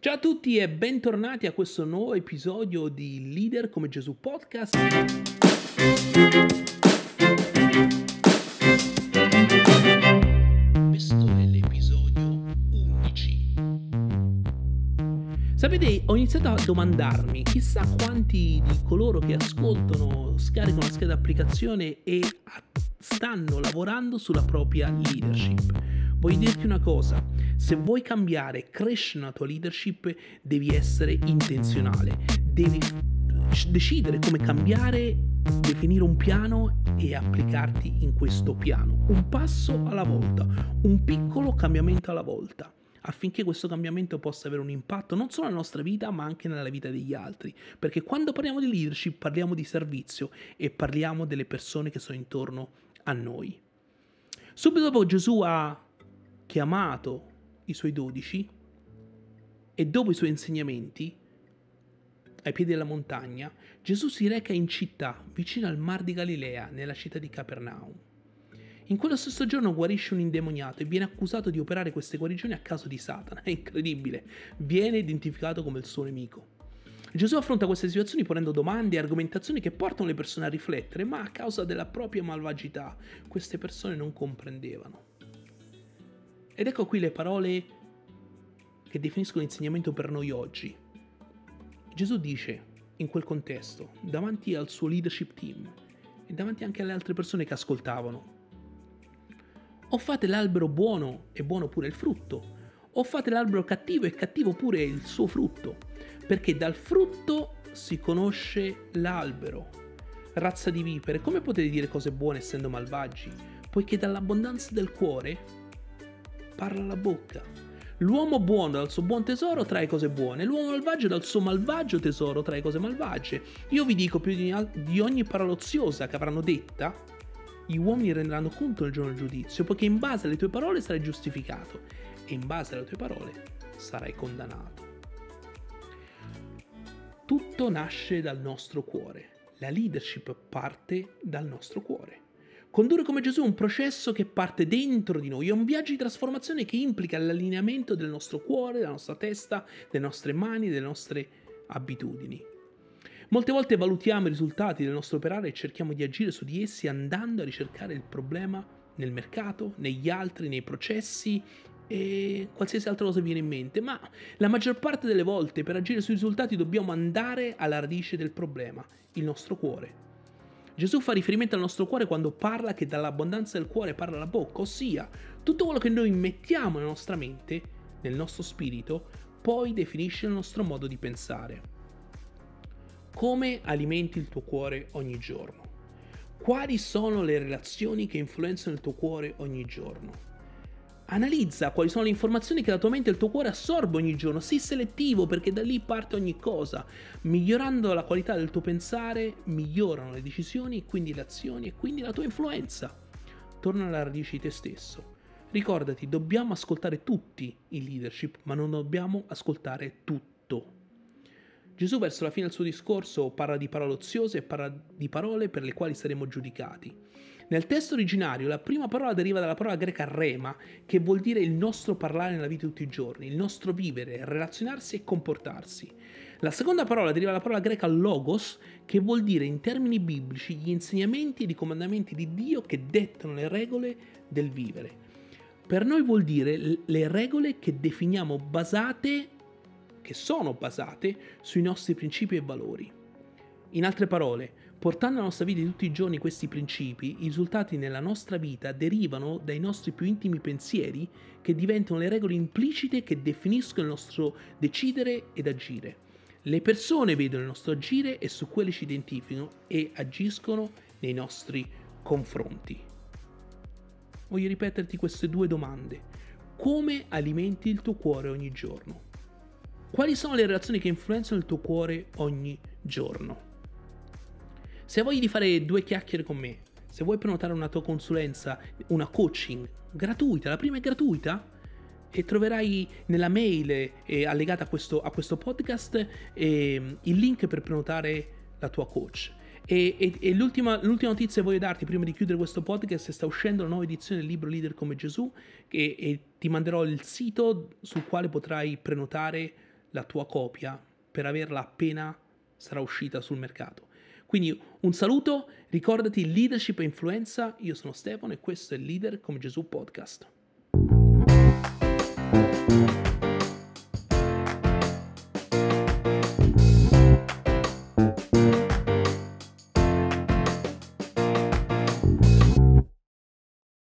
Ciao a tutti e bentornati a questo nuovo episodio di Leader come Gesù Podcast. Questo è l'episodio 11. Sapete, ho iniziato a domandarmi, chissà quanti di coloro che ascoltano, scaricano la scheda applicazione e stanno lavorando sulla propria leadership. Voglio dirti una cosa, se vuoi cambiare, crescere la tua leadership, devi essere intenzionale, devi decidere come cambiare, definire un piano e applicarti in questo piano, un passo alla volta, un piccolo cambiamento alla volta, affinché questo cambiamento possa avere un impatto non solo nella nostra vita ma anche nella vita degli altri, perché quando parliamo di leadership parliamo di servizio e parliamo delle persone che sono intorno a noi. Subito dopo Gesù ha chiamato i suoi 12 e dopo i suoi insegnamenti ai piedi della montagna, Gesù si reca in città vicino al Mar di Galilea, nella città di Capernaum. In quello stesso giorno guarisce un indemoniato e viene accusato di operare queste guarigioni a causa di Satana. È incredibile, viene identificato come il suo nemico. Gesù affronta queste situazioni ponendo domande e argomentazioni che portano le persone a riflettere, ma a causa della propria malvagità queste persone non comprendevano. Ed ecco qui le parole che definiscono l'insegnamento per noi oggi. Gesù dice, in quel contesto, davanti al suo leadership team e davanti anche alle altre persone che ascoltavano: o fate l'albero buono e buono pure il frutto, o fate l'albero cattivo e cattivo pure il suo frutto, perché dal frutto si conosce l'albero. Razza di vipere, come potete dire cose buone essendo malvagi? Poiché dall'abbondanza del cuore parla la bocca. L'uomo buono dal suo buon tesoro trae cose buone, l'uomo malvagio dal suo malvagio tesoro trae cose malvagie. Io vi dico, più di ogni parola oziosa che avranno detta, gli uomini renderanno conto nel giorno del giudizio, poiché in base alle tue parole sarai giustificato e in base alle tue parole sarai condannato. Tutto nasce dal nostro cuore. La leadership parte dal nostro cuore. Condurre come Gesù è un processo che parte dentro di noi, è un viaggio di trasformazione che implica l'allineamento del nostro cuore, della nostra testa, delle nostre mani, delle nostre abitudini. Molte volte valutiamo i risultati del nostro operare e cerchiamo di agire su di essi andando a ricercare il problema nel mercato, negli altri, nei processi e qualsiasi altra cosa viene in mente, ma la maggior parte delle volte per agire sui risultati dobbiamo andare alla radice del problema, il nostro cuore. Gesù fa riferimento al nostro cuore quando parla che dall'abbondanza del cuore parla la bocca, ossia tutto quello che noi mettiamo nella nostra mente, nel nostro spirito, poi definisce il nostro modo di pensare. Come alimenti il tuo cuore ogni giorno? Quali sono le relazioni che influenzano il tuo cuore ogni giorno? Analizza quali sono le informazioni che la tua mente e il tuo cuore assorbe ogni giorno. Sii selettivo perché da lì parte ogni cosa. Migliorando la qualità del tuo pensare, migliorano le decisioni, quindi le azioni e quindi la tua influenza. Torna alla radice di te stesso. Ricordati, dobbiamo ascoltare tutti in leadership, ma non dobbiamo ascoltare tutto. Gesù verso la fine del suo discorso parla di parole oziose e parla di parole per le quali saremo giudicati. Nel testo originario la prima parola deriva dalla parola greca rema, che vuol dire il nostro parlare nella vita di tutti i giorni, il nostro vivere, relazionarsi e comportarsi. La seconda parola deriva dalla parola greca logos, che vuol dire in termini biblici gli insegnamenti e i comandamenti di Dio che dettano le regole del vivere. Per noi vuol dire le regole che definiamo che sono basate sui nostri principi e valori. In altre parole, portando nella nostra vita di tutti i giorni questi principi, i risultati nella nostra vita derivano dai nostri più intimi pensieri che diventano le regole implicite che definiscono il nostro decidere ed agire. Le persone vedono il nostro agire e su quelle ci identificano e agiscono nei nostri confronti. Voglio ripeterti queste due domande. Come alimenti il tuo cuore ogni giorno? Quali sono le relazioni che influenzano il tuo cuore ogni giorno? Se hai voglia di fare 2 chiacchiere con me, se vuoi prenotare una tua consulenza, una coaching gratuita, la prima è gratuita, e troverai nella mail allegata a questo podcast il link per prenotare la tua coach. E l'ultima notizia che voglio darti prima di chiudere questo podcast: sta uscendo la nuova edizione del libro Leader come Gesù e ti manderò il sito sul quale potrai prenotare la tua copia per averla appena sarà uscita sul mercato. Quindi un saluto, ricordati leadership e influenza, io sono Stefano e questo è Leader come Gesù Podcast.